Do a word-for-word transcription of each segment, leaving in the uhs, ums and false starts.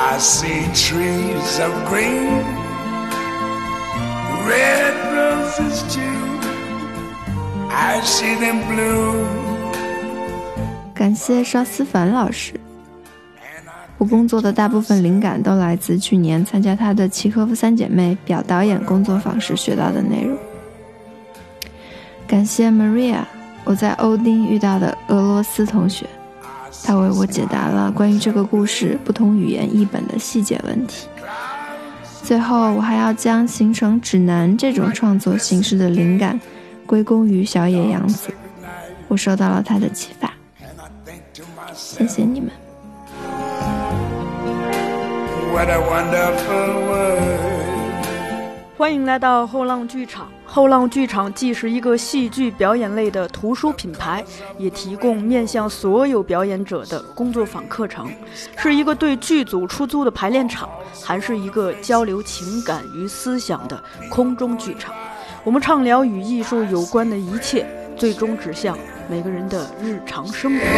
I see trees of green, red roses too, I see them bloom. 感谢邵思凡老师。我工作的大部分灵感都来自去年参加他的契诃夫三姐妹表导演工作坊时学到的内容。感谢 Maria， 我在欧丁遇到的俄罗斯同学，他为我解答了关于这个故事不同语言译本的细节问题。最后，我还要将形成指南这种创作形式的灵感归功于小野洋子，我受到了他的启发。谢谢你们。 What a wonderful world. 欢迎来到后浪剧场。后浪剧场既是一个戏剧表演类的图书品牌，也提供面向所有表演者的工作坊课程，是一个对剧组出租的排练场，还是一个交流情感与思想的空中剧场。我们畅聊与艺术有关的一切，最终指向每个人的日常生活。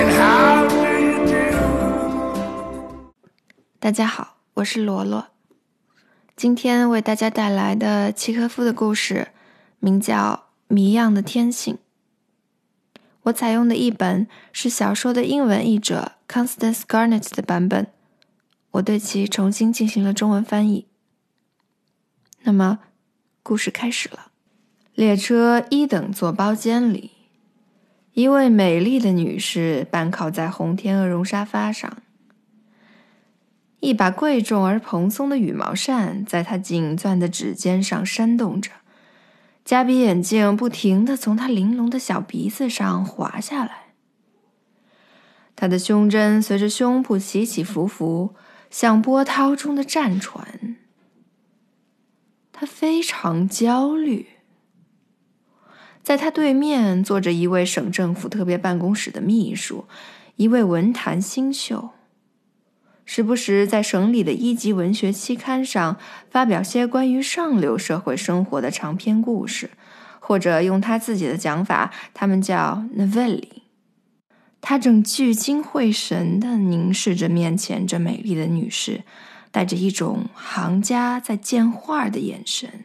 大家好，我是罗罗。今天为大家带来的契诃夫的故事名叫《谜样的天性》。我采用的译本是小说的英文译者 Constance Garnett 的版本，我对其重新进行了中文翻译。那么故事开始了。列车一等座包间里，一位美丽的女士半靠在红天鹅绒沙发上，一把贵重而蓬松的羽毛扇在她紧攥的指尖上扇动着，夹鼻眼镜不停地从她玲珑的小鼻子上滑下来。她的胸针随着胸脯起起伏伏，像波涛中的战船。她非常焦虑。在她对面坐着一位省政府特别办公室的秘书，一位文坛新秀，时不时在省里的一级文学期刊上发表些关于上流社会生活的长篇故事，或者用他自己的讲法，他们叫 novelli。 他正聚精会神地凝视着面前这美丽的女士，带着一种行家在见画的眼神。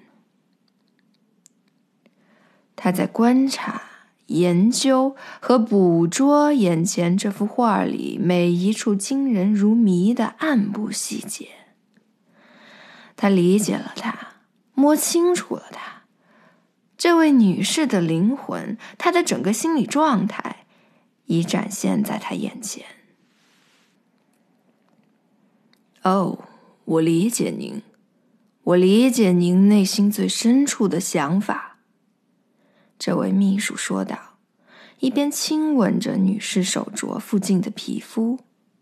他在观察、研究和捕捉眼前这幅画里每一处惊人如谜的暗部细节。他理解了它，摸清楚了它，这位女士的灵魂，她的整个心理状态已展现在他眼前。哦，我理解您，我理解您内心最深处的想法，这位秘书说道，一边亲吻着女士手镯附近的皮肤。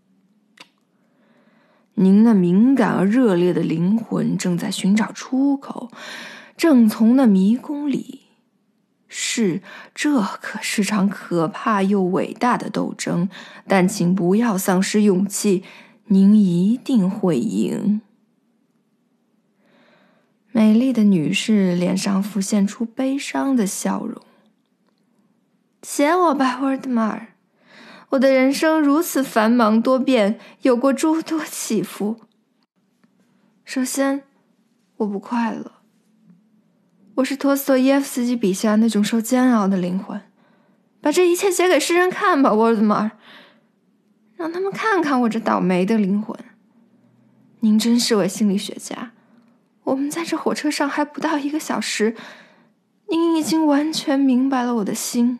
您那敏感而热烈的灵魂正在寻找出口，正从那迷宫里。是，这可是场可怕又伟大的斗争，但请不要丧失勇气，您一定会赢。美丽的女士脸上浮现出悲伤的笑容。写我吧，沃尔德马尔，我的人生如此繁忙多变，有过诸多起伏。首先，我不快乐。我是陀思妥耶夫斯基笔下那种受煎熬的灵魂。把这一切写给世人看吧，沃尔德马尔，让他们看看我这倒霉的灵魂。您真是位心理学家。我们在这火车上还不到一个小时，您已经完全明白了我的心。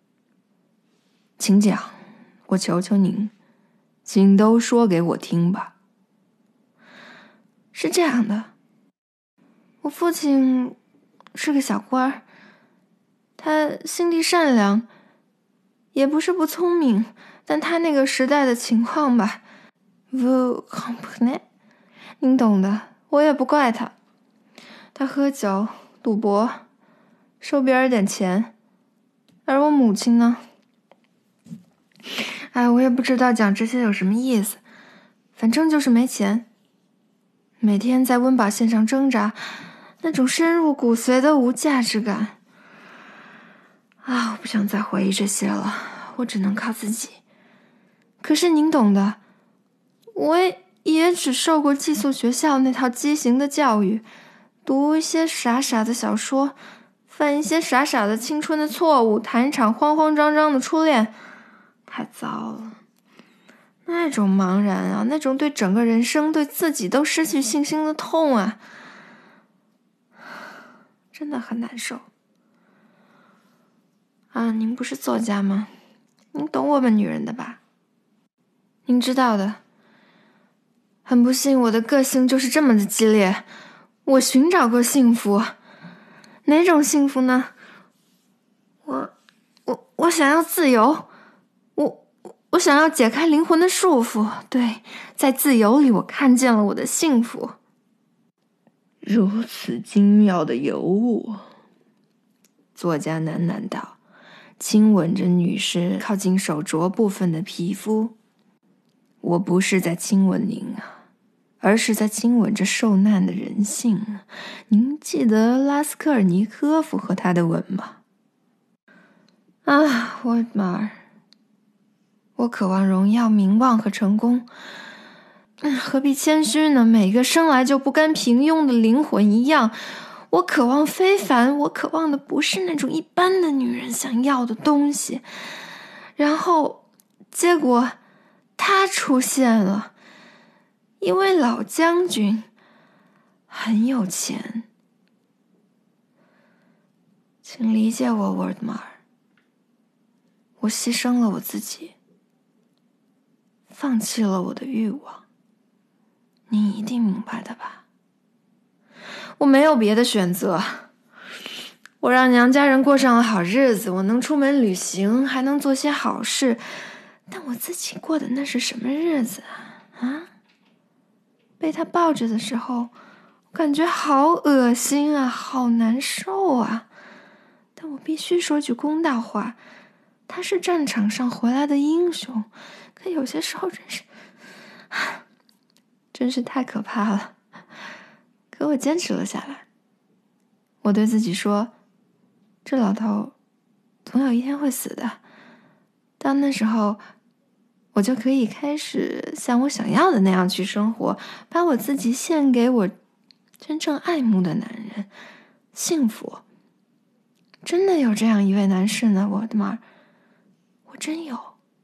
请讲，我求求您，请都说给我听吧。是这样的，我父亲是个小官，他心地善良，也不是不聪明，但他那个时代的情况吧 vous comprenez， 您懂的，我也不怪他。他喝酒赌博，收别人点钱，而我母亲呢，哎，我也不知道讲这些有什么意思，反正就是没钱，每天在温饱线上挣扎，那种深入骨髓的无价值感啊！我不想再回忆这些了，我只能靠自己。可是您懂的，我也只受过寄宿学校那套畸形的教育，读一些傻傻的小说，犯一些傻傻的青春的错误，谈一场慌慌张张的初恋，太糟了。那种茫然啊，那种对整个人生对自己都失去信心的痛啊，真的很难受啊。您不是作家吗？您懂我们女人的吧？您知道的。很不幸，我的个性就是这么的激烈。我寻找过幸福，哪种幸福呢？我我我想要自由，我我想要解开灵魂的束缚。对，在自由里我看见了我的幸福。如此精妙的尤物，作家喃喃道，亲吻着女士靠近手镯部分的皮肤。我不是在亲吻您啊，而是在亲吻着受难的人性。您记得拉斯科尔尼科夫和他的吻吗？啊，沃特玛尔，我渴望荣耀、名望和成功。嗯，何必谦虚呢？每个生来就不甘平庸的灵魂一样，我渴望非凡，我渴望的不是那种一般的女人想要的东西。然后，结果他出现了，一位老将军，很有钱。请理解我，沃特玛尔，我牺牲了我自己，放弃了我的欲望，你一定明白的吧？我没有别的选择，我让娘家人过上了好日子，我能出门旅行，还能做些好事，但我自己过的那是什么日子啊？啊？被他抱着的时候，我感觉好恶心啊，好难受啊。但我必须说句公道话，他是战场上回来的英雄，可有些时候真是，真是太可怕了。可我坚持了下来。我对自己说，这老头总有一天会死的，到那时候我就可以开始像我想要的那样去生活，把我自己献给我真正爱慕的男人。幸福真的有这样一位男士呢，沃特玛尔，我真有。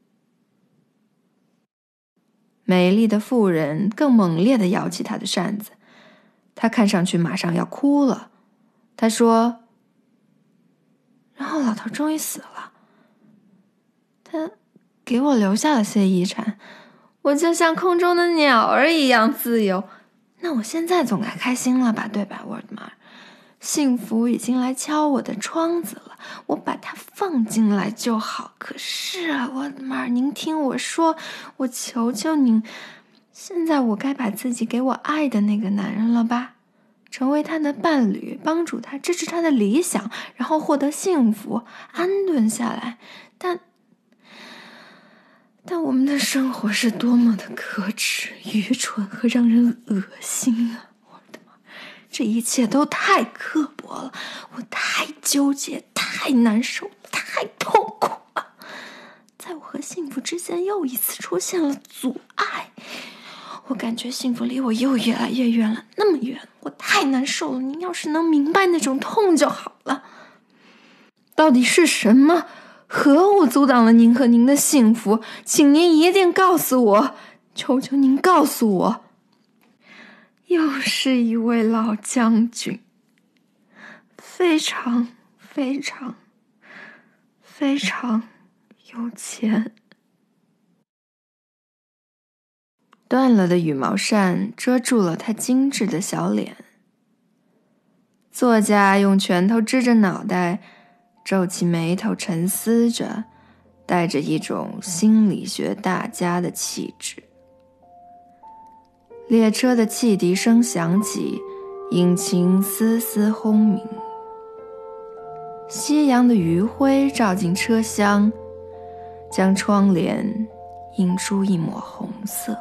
美丽的妇人更猛烈地摇起她的扇子，她看上去马上要哭了。她说，然后老头终于死了，他给我留下了些遗产，我就像空中的鸟儿一样自由。那我现在总该开心了吧，对吧，沃特玛尔？幸福已经来敲我的窗子了，我把它放进来就好。可是啊，沃特玛尔，您听我说，我求求您，现在我该把自己给我爱的那个男人了吧，成为他的伴侣，帮助他，支持他的理想，然后获得幸福，安顿下来。但但我们的生活是多么的可耻、愚蠢和让人恶心啊！我的妈，这一切都太刻薄了，我太纠结，太难受，太痛苦了。在我和幸福之间又一次出现了阻碍，我感觉幸福离我又越来越远了，那么远，我太难受了。您要是能明白那种痛就好了。到底是什么？何物阻挡了您和您的幸福？请您一定告诉我，求求您告诉我。又是一位老将军，非常非常非常有钱。断了的羽毛扇遮住了他精致的小脸。作家用拳头支着脑袋，皱起眉头沉思着，带着一种心理学大家的气质。列车的汽笛声响起，引擎丝丝轰鸣。夕阳的余晖照进车厢，将窗帘映出一抹红色。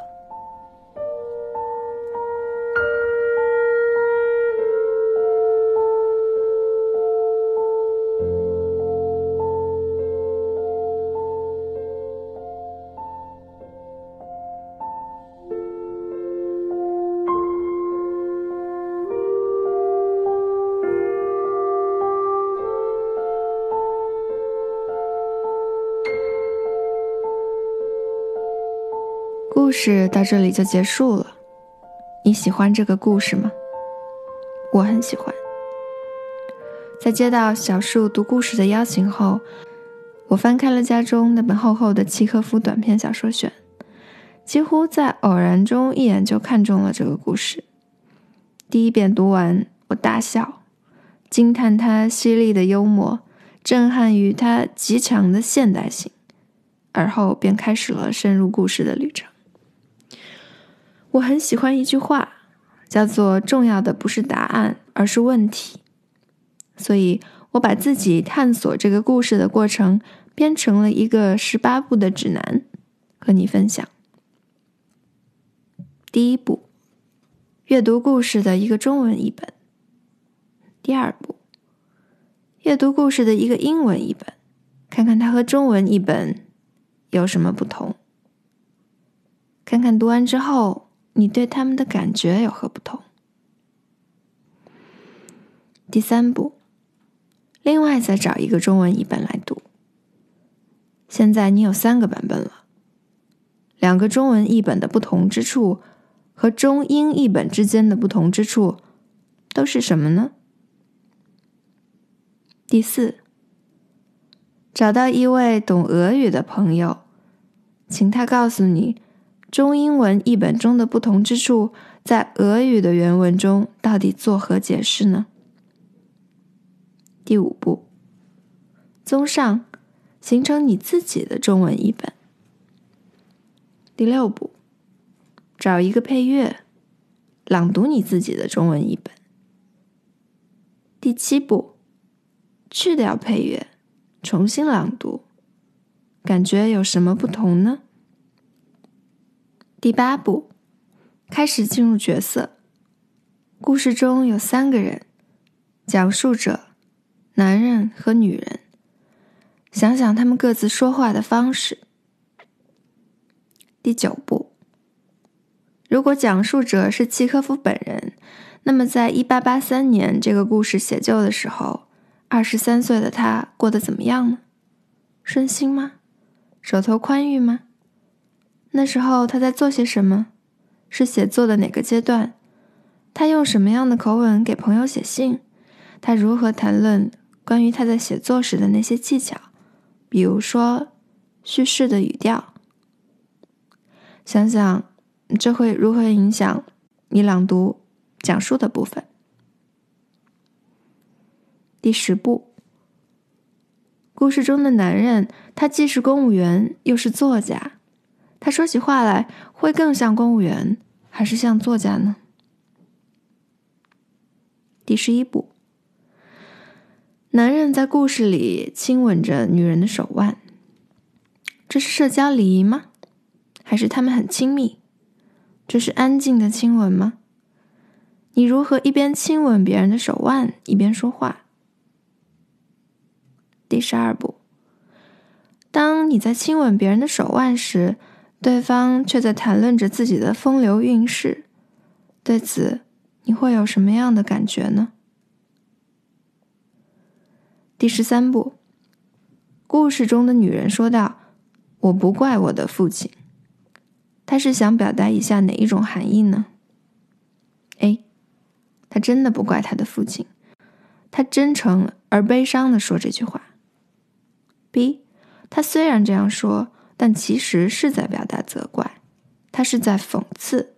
故事到这里就结束了。你喜欢这个故事吗？我很喜欢。在接到小树读故事的邀请后，我翻开了家中那本厚厚的契诃夫短篇小说选，几乎在偶然中一眼就看中了这个故事。第一遍读完，我大笑，惊叹它犀利的幽默，震撼于它极强的现代性，而后便开始了深入故事的旅程。我很喜欢一句话，叫做重要的不是答案，而是问题。所以我把自己探索这个故事的过程编成了一个十八步的指南，和你分享。第一步，阅读故事的一个中文译本。第二步，阅读故事的一个英文译本，看看它和中文译本有什么不同，看看读完之后你对他们的感觉有何不同。第三步，另外再找一个中文译本来读。现在你有三个版本了，两个中文译本的不同之处和中英译本之间的不同之处都是什么呢？第四，找到一位懂俄语的朋友，请他告诉你中英文译本中的不同之处在俄语的原文中到底作何解释呢？第五步，综上，形成你自己的中文译本。第六步，找一个配乐，朗读你自己的中文译本。第七步，去掉配乐，重新朗读，感觉有什么不同呢？第八步，开始进入角色。故事中有三个人，讲述者、男人和女人，想想他们各自说话的方式。第九步，如果讲述者是契诃夫本人，那么在一八八三年这个故事写就的时候，二十三岁的他过得怎么样呢？顺心吗？手头宽裕吗？那时候他在做些什么？是写作的哪个阶段？他用什么样的口吻给朋友写信？他如何谈论关于他在写作时的那些技巧，比如说叙事的语调？想想这会如何影响你朗读讲述的部分。第十步，故事中的男人，他既是公务员又是作家，他说起话来会更像公务员还是像作家呢？第十一步，男人在故事里亲吻着女人的手腕，这是社交礼仪吗？还是他们很亲密？这是安静的亲吻吗？你如何一边亲吻别人的手腕一边说话？第十二步，当你在亲吻别人的手腕时，对方却在谈论着自己的风流韵事，对此你会有什么样的感觉呢？第十三步，故事中的女人说道：我不怪我的父亲。她是想表达以下哪一种含义呢？ A. 她真的不怪她的父亲，她真诚而悲伤地说这句话。 B. 她虽然这样说，但其实是在表达责怪，她是在讽刺。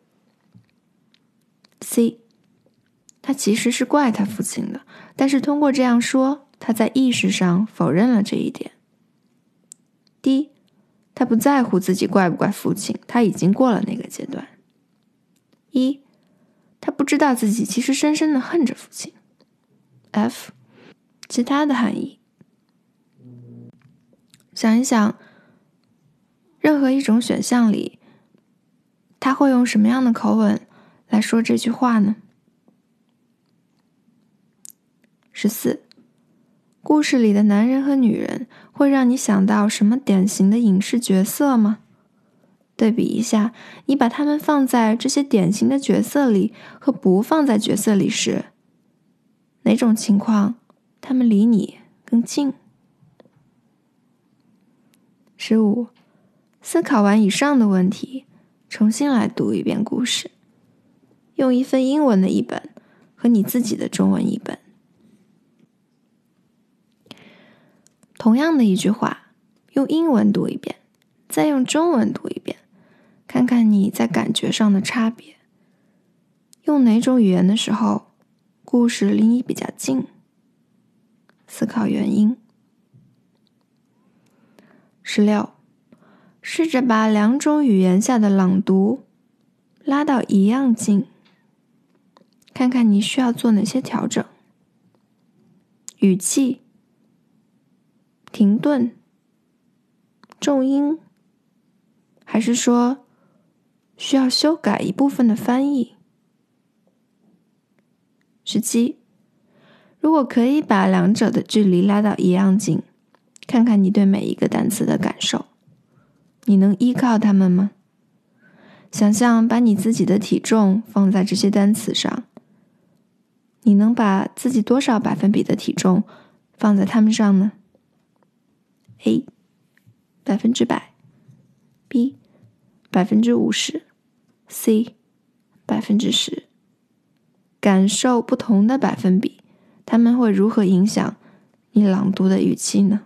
C. 她其实是怪她父亲的，但是通过这样说，她在意识上否认了这一点。 D. 她不在乎自己怪不怪父亲，她已经过了那个阶段。一，她不知道自己其实深深地恨着父亲。F， 其他的含义。想一想，任何一种选项里，他会用什么样的口吻来说这句话呢？十四，故事里的男人和女人会让你想到什么典型的影视角色吗？对比一下，你把他们放在这些典型的角色里和不放在角色里时，哪种情况他们离你更近？十五，思考完以上的问题， 重新来读一遍故事，用一份英文的译本和你自己的中文译本。同样的一句话，用英文读一遍，再用中文读一遍，看看你在感觉上的差别。用哪种语言的时候，故事离你比较近？思考原因。十六，试着把两种语言下的朗读拉到一样近，看看你需要做哪些调整。语气、停顿、重音，还是说需要修改一部分的翻译？十七，如果可以把两者的距离拉到一样近，看看你对每一个单词的感受，你能依靠它们吗？想象把你自己的体重放在这些单词上，你能把自己多少百分比的体重放在它们上呢？ A 百分之百 B 百分之五十 C 百分之十。感受不同的百分比，它们会如何影响你朗读的语气呢？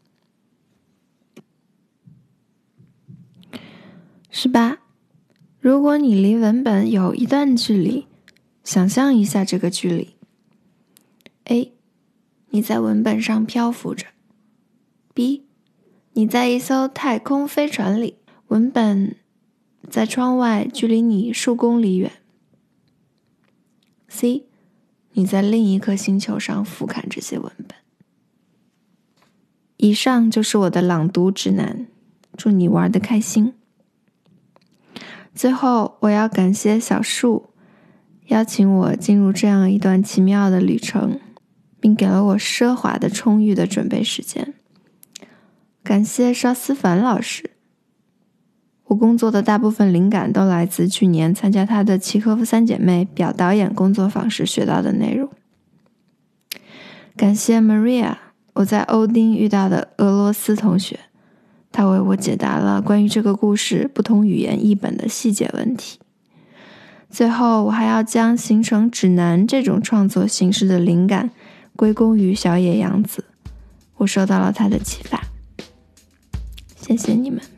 十八，如果你离文本有一段距离，想象一下这个距离。A 你在文本上漂浮着。 B 你在一艘太空飞船里，文本在窗外距离你数公里远。C 你在另一颗星球上俯瞰这些文本。以上就是我的朗读指南，祝你玩得开心。最后我要感谢小树邀请我进入这样一段奇妙的旅程，并给了我奢华的充裕的准备时间。感谢邵思凡老师，我工作的大部分灵感都来自去年参加他的契诃夫三姐妹表导演工作坊时学到的内容。感谢 Maria， 我在欧丁遇到的俄罗斯同学，她为我解答了关于这个故事不同语言译本的细节问题。最后我还要将形成指南这种创作形式的灵感归功于小野洋子，我受到了她的启发。谢谢你们。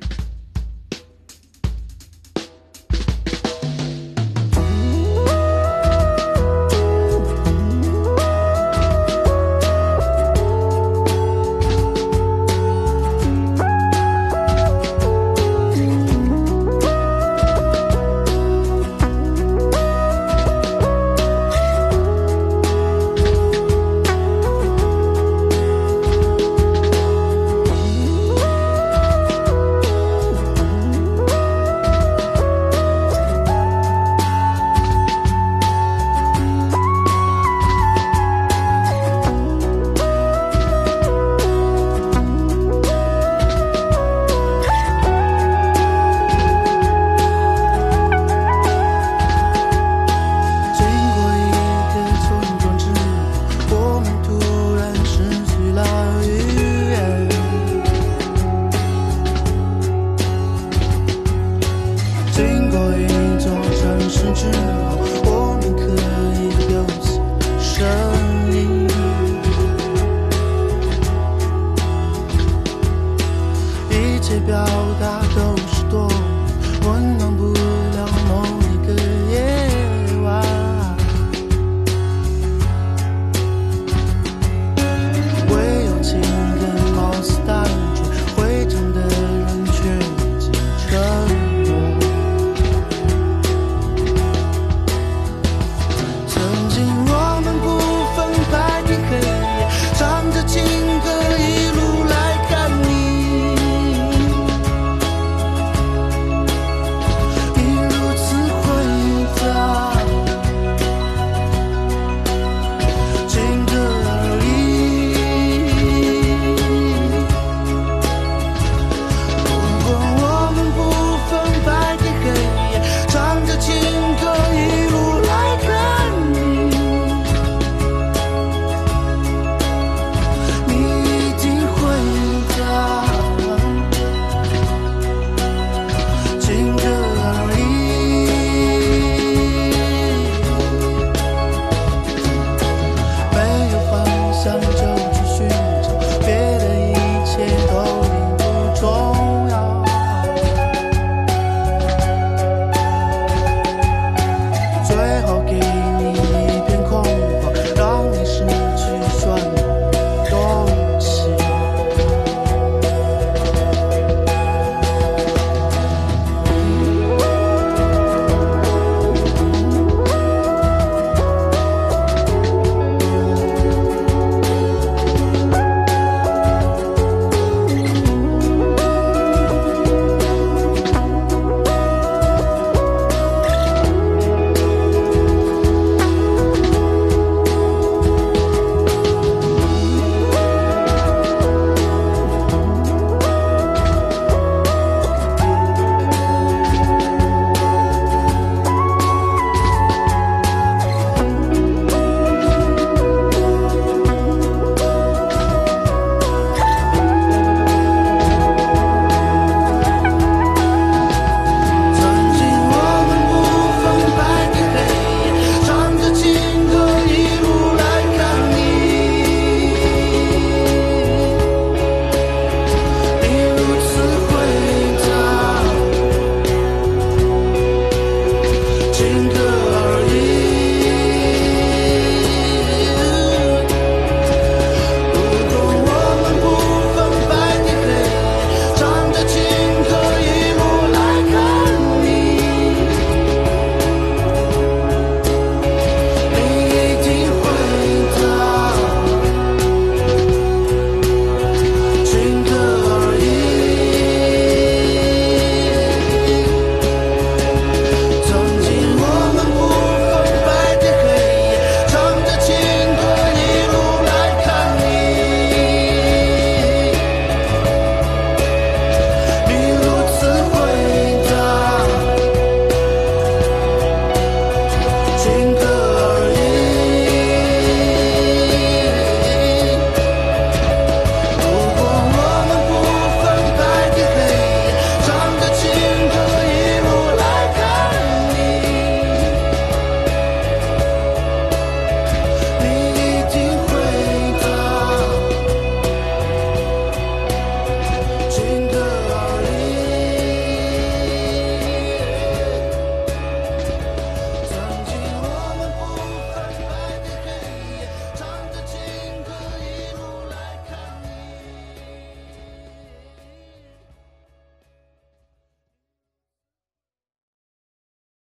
表达都是多